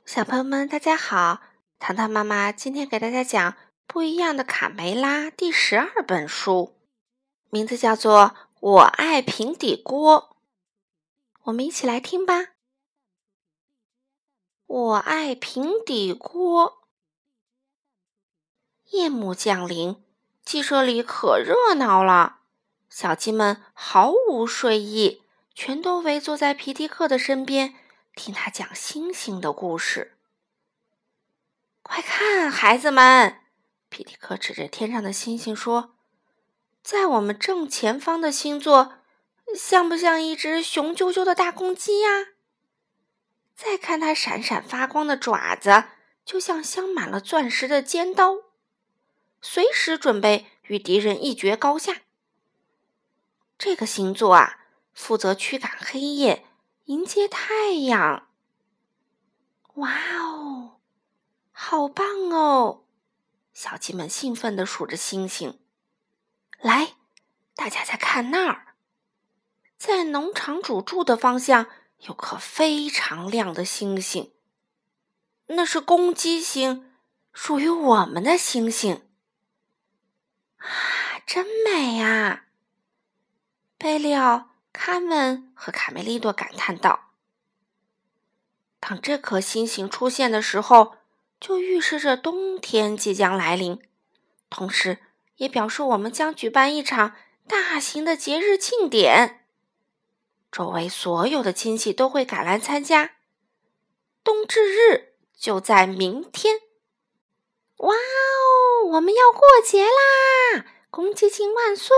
小朋友们，大家好！糖糖妈妈今天给大家讲《不一样的卡梅拉》第12本书，名字叫做《我爱平底锅》。我们一起来听吧。我爱平底锅。夜幕降临，鸡舍里可热闹了，小鸡们毫无睡意，全都围坐在皮迪克的身边，听他讲星星的故事。快看，孩子们！皮迪克指着天上的星星说：“在我们正前方的星座，像不像一只雄赳赳的大公鸡呀？再看它闪闪发光的爪子，就像镶满了钻石的尖刀，随时准备与敌人一决高下。这个星座啊，负责驱赶黑夜，迎接太阳。哇哦！好棒哦！小鸡们兴奋地数着星星。来，大家再看那儿，在农场主住的方向有颗非常亮的星星，那是公鸡星，属于我们的星星。啊，真美啊！贝利奥、卡门和卡梅利多感叹道。当这颗星星出现的时候，就预示着冬天即将来临，同时也表示我们将举办一场大型的节日庆典。周围所有的亲戚都会赶来参加。冬至日就在明天。哇哦，我们要过节啦！公鸡庆万岁！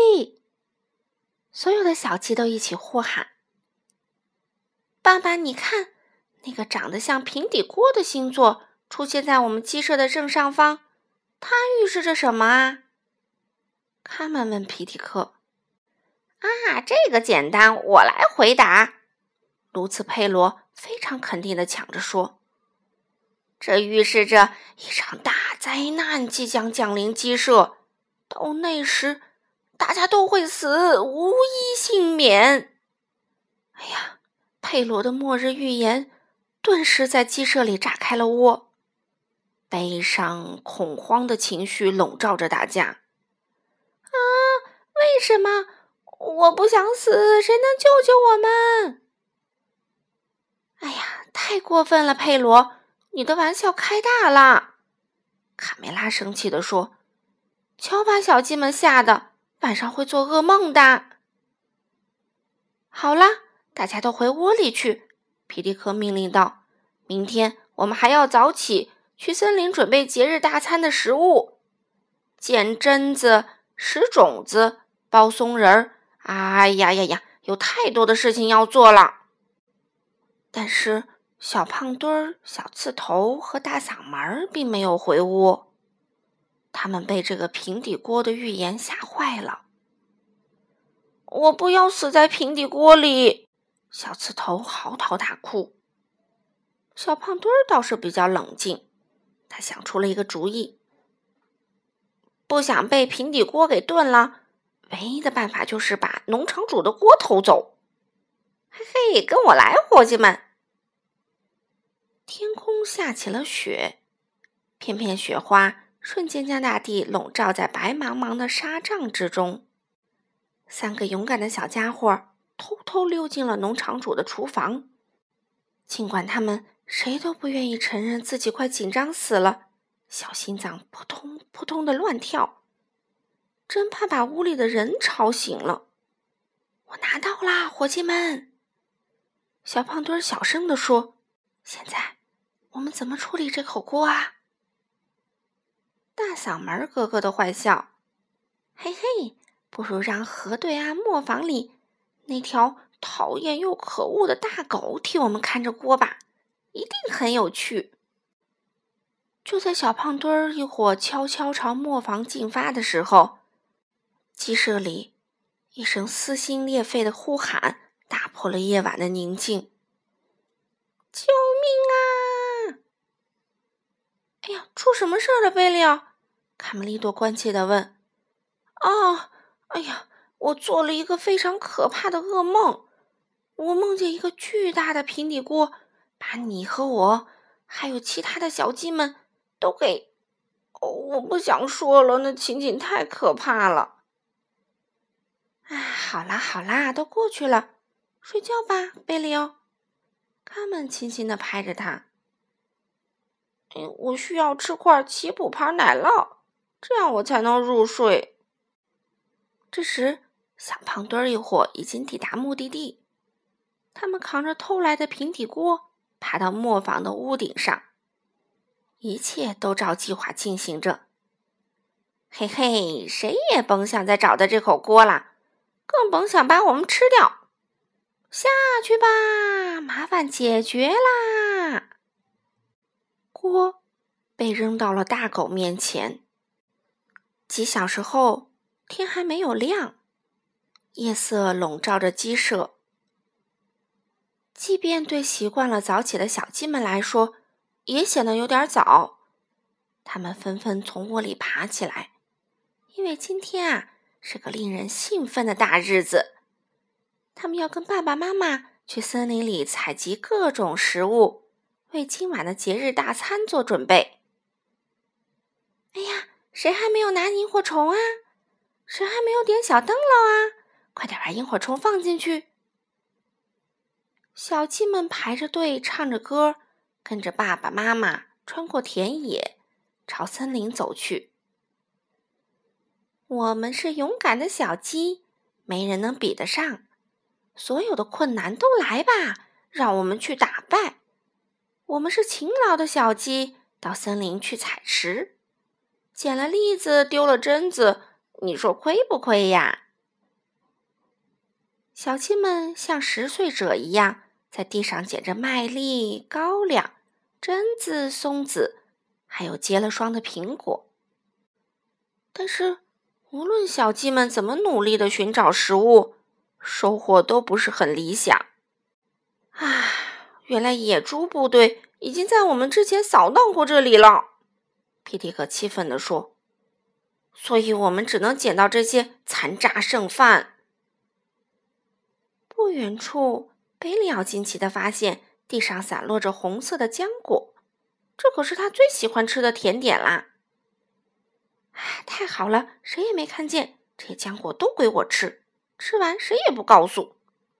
所有的小鸡都一起呼喊。爸爸，你看，那个长得像平底锅的星座出现在我们鸡舍的正上方，它预示着什么啊？卡门问皮迪克。啊，这个简单，我来回答。卢茨佩罗非常肯定地抢着说。这预示着一场大灾难即将降临鸡舍，到那时大家都会死，无一幸免。哎呀，佩罗的末日预言顿时在鸡舍里炸开了窝。悲伤、恐慌的情绪笼罩着大家。啊，为什么？我不想死，谁能救救我们？哎呀，太过分了，佩罗，你的玩笑开大了。卡梅拉生气地说，瞧把小鸡们吓得，晚上会做噩梦的。好啦，大家都回窝里去，皮迪克命令道，明天我们还要早起，去森林准备节日大餐的食物，剪榛子、拾种子、包松仁儿。哎呀呀呀，有太多的事情要做了。但是小胖墩儿、小刺头和大嗓门并没有回屋，他们被这个平底锅的预言吓坏了。我不要死在平底锅里！小刺头嚎啕大哭。小胖墩儿倒是比较冷静，他想出了一个主意。不想被平底锅给炖了，唯一的办法就是把农场主的锅偷走。嘿嘿，跟我来，伙计们！天空下起了雪，片片雪花瞬间将大地笼罩在白茫茫的纱帐之中。3个勇敢的小家伙偷偷溜进了农场主的厨房，尽管他们谁都不愿意承认自己快紧张死了，小心脏扑通扑通的乱跳，真怕把屋里的人吵醒了。我拿到啦，伙计们！小胖墩小声地说，现在我们怎么处理这口锅啊？大嗓门咯咯的坏笑，嘿嘿，不如让河对岸磨坊里那条讨厌又可恶的大狗替我们看着锅吧，一定很有趣。就在小胖墩儿一伙悄悄朝磨坊进发的时候，鸡舍里一声撕心裂肺的呼喊打破了夜晚的宁静。救命啊！哎呀，出什么事儿了，贝利奥？卡梅利多关切地问。哎呀，我做了一个非常可怕的噩梦。我梦见一个巨大的平底锅把你和我还有其他的小鸡们都给……我不想说了，那情景太可怕了。好啦好啦，都过去了，睡觉吧，贝利欧。他们轻轻地拍着他。我需要吃块起补牌奶酪，这样我才能入睡。这时，小胖墩儿一伙已经抵达目的地。他们扛着偷来的平底锅，爬到磨坊的屋顶上。一切都照计划进行着。嘿嘿，谁也甭想再找到这口锅了，更甭想把我们吃掉。下去吧，麻烦解决啦！锅被扔到了大狗面前。几小时后，天还没有亮，夜色笼罩着鸡舍。即便对习惯了早起的小鸡们来说，也显得有点早。它们纷纷从窝里爬起来，因为今天是个令人兴奋的大日子。他们要跟爸爸妈妈去森林里采集各种食物，为今晚的节日大餐做准备。哎呀，谁还没有拿萤火虫啊？谁还没有点小灯笼啊？快点把萤火虫放进去。小鸡们排着队唱着歌，跟着爸爸妈妈穿过田野，朝森林走去。我们是勇敢的小鸡，没人能比得上。所有的困难都来吧，让我们去打败。我们是勤劳的小鸡，到森林去采食，捡了栗子，丢了榛子，你说亏不亏呀？小鸡们像10岁者一样，在地上捡着麦粒、高粱、榛子、松子，还有结了霜的苹果。但是，无论小鸡们怎么努力地寻找食物，收获都不是很理想。原来野猪部队已经在我们之前扫荡过这里了，皮迪克气愤地说。所以我们只能捡到这些残渣剩饭。不远处，贝利奥惊奇地发现地上散落着红色的浆果，这可是他最喜欢吃的甜点啦。太好了，谁也没看见，这些浆果都归我吃，吃完谁也不告诉。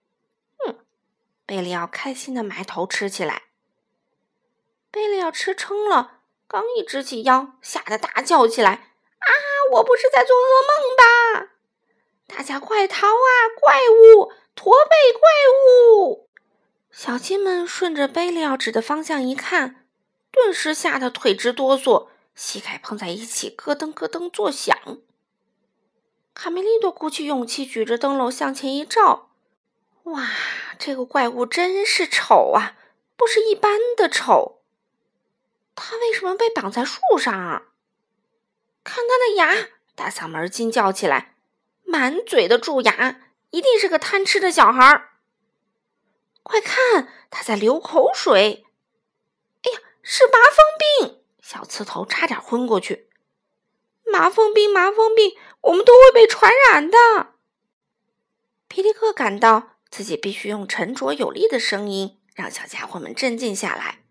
贝利奥开心地埋头吃起来。贝利奥吃撑了，刚一直起腰，吓得大叫起来：我不是在做噩梦吧？大家快逃啊！怪物，驼背怪物！小鸡们顺着贝利奥指的方向一看，顿时吓得腿直哆嗦，膝盖碰在一起，咯噔咯噔作响。卡梅利多鼓起勇气，举着灯笼向前一照，哇，这个怪物真是丑啊，不是一般的丑。他为什么被绑在树上啊？看他的牙，大嗓门惊叫起来，满嘴的蛀牙，一定是个贪吃的小孩。快看，他在流口水！哎呀，是麻风病！小刺头差点昏过去。麻风病，麻风病，我们都会被传染的。皮迪克感到自己必须用沉着有力的声音让小家伙们镇静下来。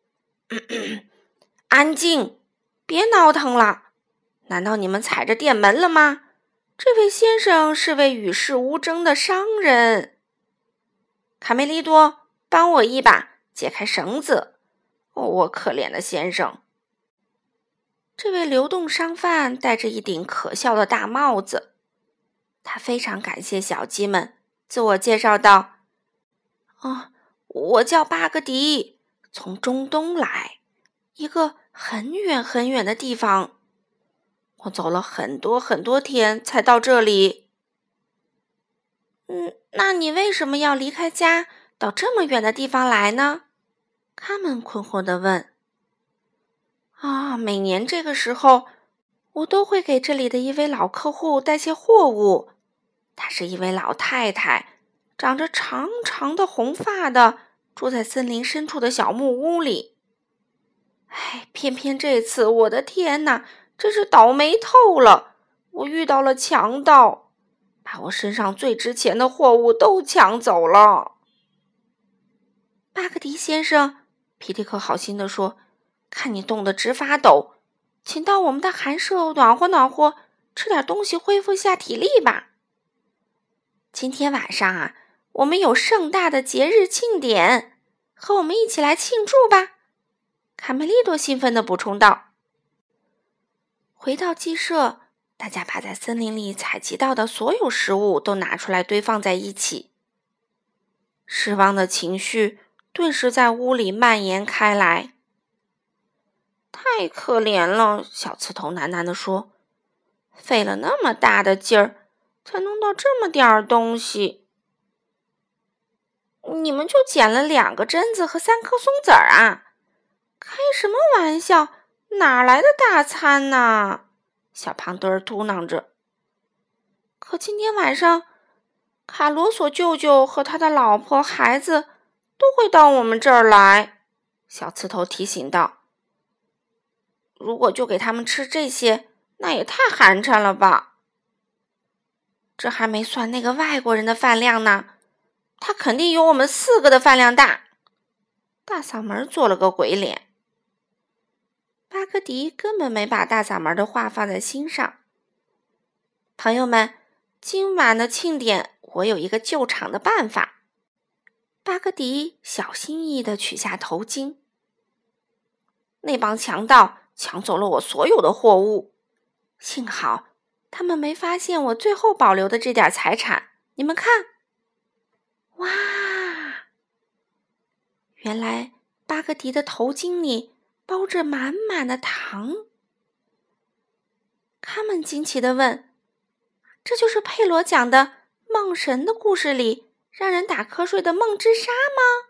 安静，别闹腾了。难道你们踩着店门了吗？这位先生是位与世无争的商人。卡梅利多，帮我一把，解开绳子。我可怜的先生。这位流动商贩戴着一顶可笑的大帽子。他非常感谢小鸡们，自我介绍道：我叫巴格迪，从中东来，一个很远很远的地方。我走了很多很多天才到这里。那你为什么要离开家到这么远的地方来呢？他们困惑地问。每年这个时候，我都会给这里的一位老客户带些货物。她是一位老太太，长着长长的红发的，住在森林深处的小木屋里。偏偏这次，我的天哪，真是倒霉透了！我遇到了强盗，把我身上最值钱的货物都抢走了。巴克迪先生， 皮迪克好心地说，看你冻得直发抖，请到我们的寒舍暖和暖和，吃点东西恢复一下体力吧。今天晚上啊，我们有盛大的节日庆典，和我们一起来庆祝吧。卡梅利多兴奋地补充道。回到鸡舍，大家把在森林里采集到的所有食物都拿出来堆放在一起。失望的情绪顿时在屋里蔓延开来。太可怜了，小刺头喃喃地说，费了那么大的劲儿，才弄到这么点儿东西。你们就捡了2个榛子和3颗松子儿啊？开什么玩笑，哪来的大餐呢？小胖墩儿嘟囔着。可今天晚上，卡罗索舅舅和他的老婆孩子都会到我们这儿来，小刺头提醒道。如果就给他们吃这些，那也太寒碜了吧。这还没算那个外国人的饭量呢，他肯定有我们4个的饭量大。大嗓门做了个鬼脸。巴克迪根本没把大嗓门的话放在心上。朋友们，今晚的庆典我有一个救场的办法。巴克迪小心翼翼地取下头巾。那帮强盗抢走了我所有的货物，幸好他们没发现我最后保留的这点财产。你们看，哇！原来巴克迪的头巾里包着满满的糖。他们惊奇地问，这就是佩罗讲的梦神的故事里让人打瞌睡的梦之沙吗？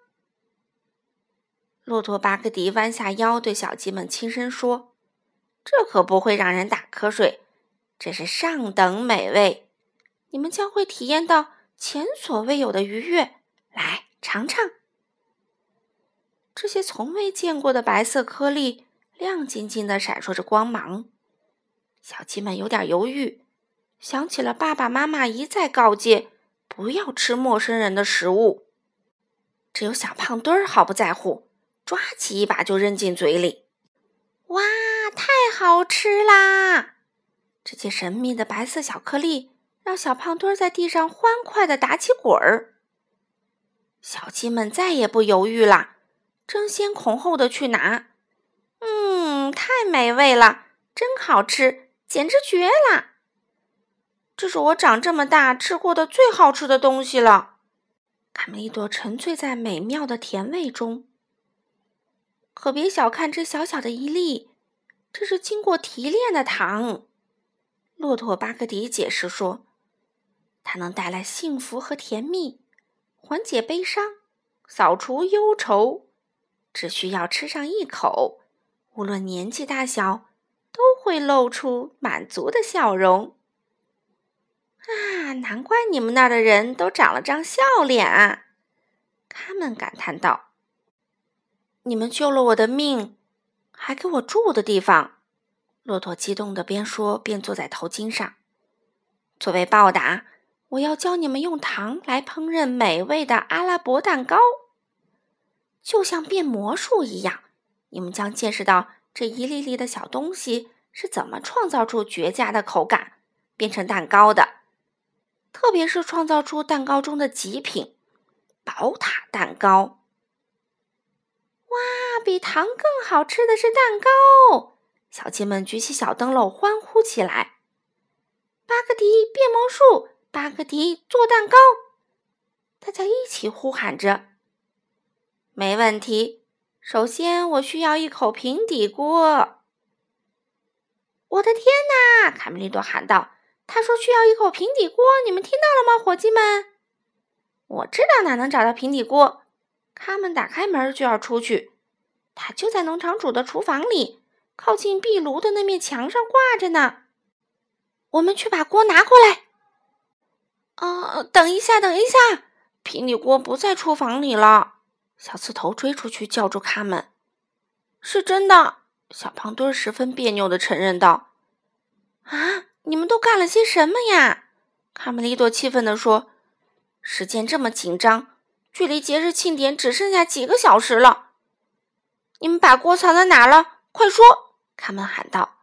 骆驼巴克迪弯下腰对小鸡们轻声说，这可不会让人打瞌睡，这是上等美味，你们将会体验到前所未有的愉悦，来尝尝。这些从未见过的白色颗粒亮晶晶地闪烁着光芒。小鸡们有点犹豫，想起了爸爸妈妈一再告诫不要吃陌生人的食物。只有小胖墩儿毫不在乎，抓起一把就扔进嘴里。哇，太好吃啦！这些神秘的白色小颗粒让小胖墩儿在地上欢快地打起滚儿。小鸡们再也不犹豫了，争先恐后地去拿。太美味了，真好吃，简直绝了！这是我长这么大吃过的最好吃的东西了。卡梅利多沉醉在美妙的甜味中。可别小看这小小的一粒，这是经过提炼的糖。骆驼巴克迪解释说，它能带来幸福和甜蜜，缓解悲伤，扫除忧愁。只需要吃上一口，无论年纪大小，都会露出满足的笑容。啊，难怪你们那儿的人都长了张笑脸啊！他们感叹道。你们救了我的命，还给我住的地方。骆驼激动地边说边坐在头巾上。作为报答，我要教你们用糖来烹饪美味的阿拉伯蛋糕。就像变魔术一样，你们将见识到这一粒粒的小东西是怎么创造出绝佳的口感，变成蛋糕的。特别是创造出蛋糕中的极品宝塔蛋糕。哇，比糖更好吃的是蛋糕！小鸡们举起小灯笼欢呼起来。巴克迪变魔术，巴克迪做蛋糕，大家一起呼喊着。没问题，首先我需要一口平底锅。我的天哪！卡梅利多喊道，他说需要一口平底锅，你们听到了吗，伙计们？我知道哪能找到平底锅。他们打开门就要出去，它就在农场主的厨房里，靠近壁炉的那面墙上挂着呢。我们去把锅拿过来。等一下，平底锅不在厨房里了。小刺头追出去叫住他们。是真的，小胖墩十分别扭地承认道。啊，你们都干了些什么呀？卡梅利多气愤地说。时间这么紧张，距离节日庆典只剩下几个小时了。 你们把锅藏在哪了？快说！卡门喊道。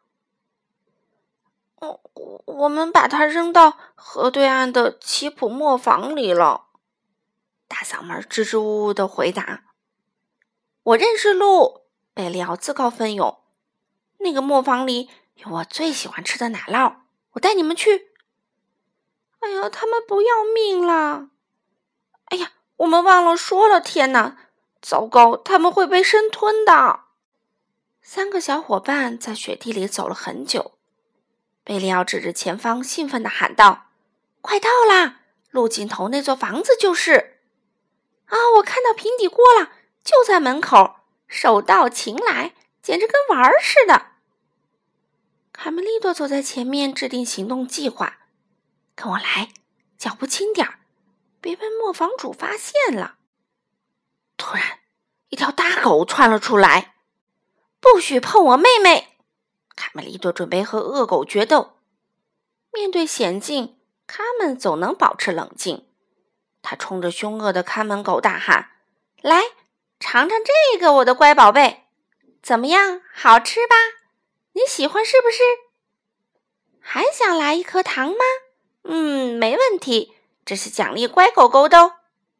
我们把它扔到河对岸的奇普磨坊里了。大嗓门支支吾吾地回答。我认识路，贝利奥自告奋勇。那个磨坊里有我最喜欢吃的奶酪，我带你们去。哎呀，他们不要命了！哎呀，我们忘了说了，天哪！糟糕，他们会被生吞的。3个小伙伴在雪地里走了很久。贝利奥指着前方兴奋地喊道：快到啦，路尽头那座房子就是。我看到平底锅了，就在门口，手到擒来，简直跟玩儿似的。卡梅利多走在前面制定行动计划。跟我来，脚步轻点儿，别被磨坊主发现了。突然，一条大狗窜了出来。不许碰我妹妹！卡梅利多准备和恶狗决斗。面对险境，卡门总能保持冷静。他冲着凶恶的看门狗大喊：来，尝尝这个，我的乖宝贝，怎么样，好吃吧？你喜欢是不是？还想来一颗糖吗？没问题，这是奖励乖狗狗的哦。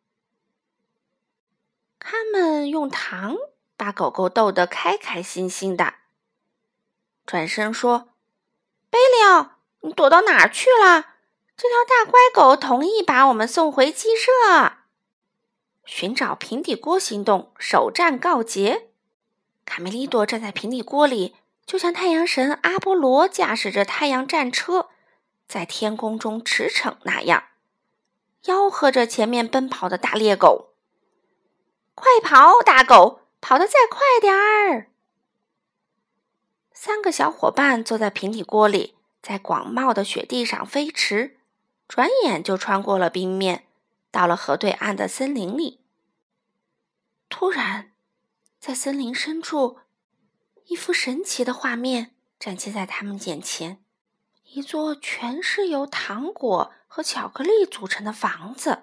他们用糖把狗狗逗得开开心心的。转身说：贝利奥，你躲到哪儿去了？这条大乖狗同意把我们送回鸡舍。寻找平底锅行动首战告捷。卡梅利多站在平底锅里，就像太阳神阿波罗驾驶着太阳战车在天空中驰骋那样，吆喝着前面奔跑的大猎狗。快跑，大狗，跑得再快点儿！3个小伙伴坐在平底锅里，在广袤的雪地上飞驰，转眼就穿过了冰面，到了河对岸的森林里。突然，在森林深处，一幅神奇的画面展现在他们眼前，一座全是由糖果和巧克力组成的房子。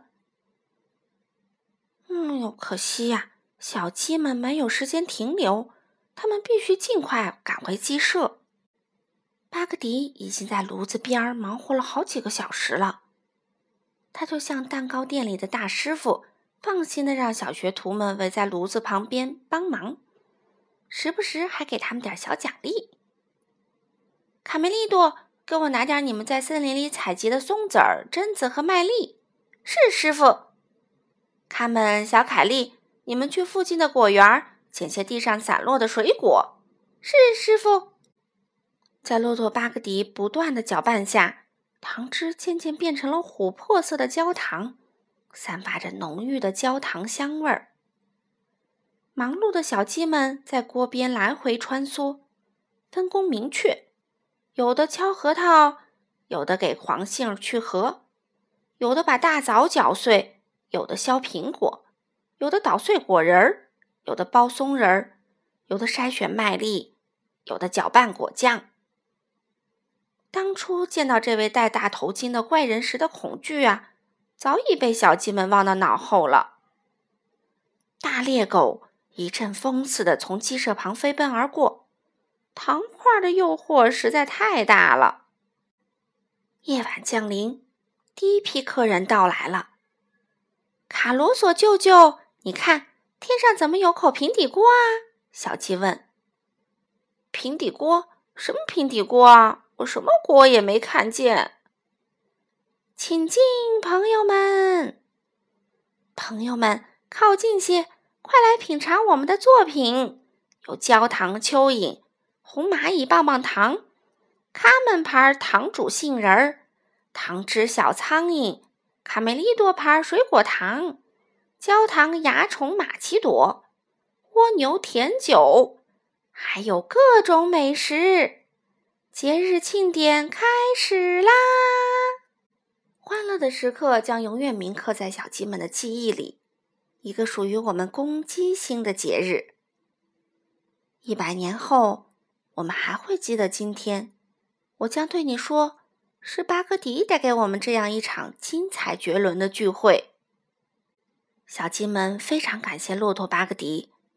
可惜呀，小鸡们没有时间停留，他们必须尽快赶回鸡舍。巴格迪已经在炉子边忙活了好几个小时了，他就像蛋糕店里的大师傅，放心地让小学徒们围在炉子旁边帮忙，时不时还给他们点小奖励。卡梅利多，给我拿点你们在森林里采集的松子儿、榛子和麦粒。是，师傅。卡门、小凯莉，你们去附近的果园捡些地上散落的水果。是，师傅。在骆驼巴格迪不断的搅拌下，糖汁渐渐变成了琥珀色的焦糖，散发着浓郁的焦糖香味儿。忙碌的小鸡们在锅边来回穿梭，分工明确，有的敲核桃，有的给黄杏去核，有的把大枣搅碎，有的削苹果，有的捣碎果仁儿，有的剥松仁儿，有的筛选麦粒，有的搅拌果酱。当初见到这位戴大头巾的怪人时的恐惧早已被小鸡们忘到脑后了。大猎狗一阵风似的从鸡舍旁飞奔而过，糖块的诱惑实在太大了。夜晚降临，第一批客人到来了。卡罗索舅舅，你看，天上怎么有口平底锅啊？小鸡问。平底锅？什么平底锅啊？我什么锅也没看见。请进，朋友们！朋友们，靠近些，快来品尝我们的作品。有焦糖蚯蚓、红蚂蚁棒棒糖、卡门牌糖煮杏仁儿、糖汁小苍蝇、卡梅利多牌水果糖、焦糖蚜虫玛奇朵、蜗牛甜酒，还有各种美食。节日庆典开始啦！欢乐的时刻将永远铭刻在小鸡们的记忆里，一个属于我们公鸡星的节日。100年后，我们还会记得今天。我将对你说，是巴格迪带给我们这样一场精彩绝伦的聚会。小鸡们非常感谢骆驼巴格迪，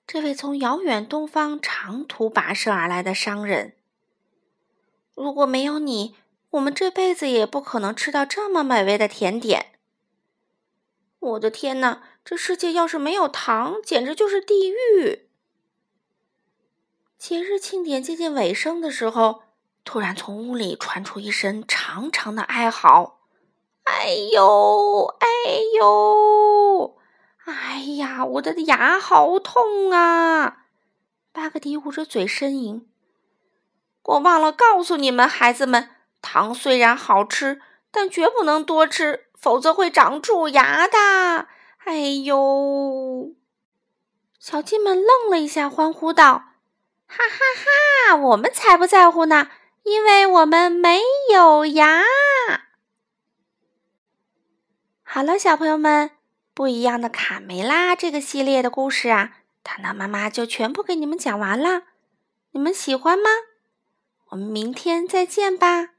这位从遥远东方长途跋涉而来的商人。如果没有你，我们这辈子也不可能吃到这么美味的甜点。我的天哪，这世界要是没有糖，简直就是地狱。节日庆典接近尾声的时候，突然从屋里传出一声长长的哀嚎。哎呦，哎呦，哎呀，我的牙好痛啊！巴格迪捂着嘴呻吟。我忘了告诉你们，孩子们，糖虽然好吃，但绝不能多吃，否则会长蛀牙的。哎呦！小鸡们愣了一下，欢呼道：哈哈哈，我们才不在乎呢，因为我们没有牙。好了，小朋友们，不一样的卡梅拉这个系列的故事啊，糖糖妈妈就全部给你们讲完了。你们喜欢吗？我们明天再见吧。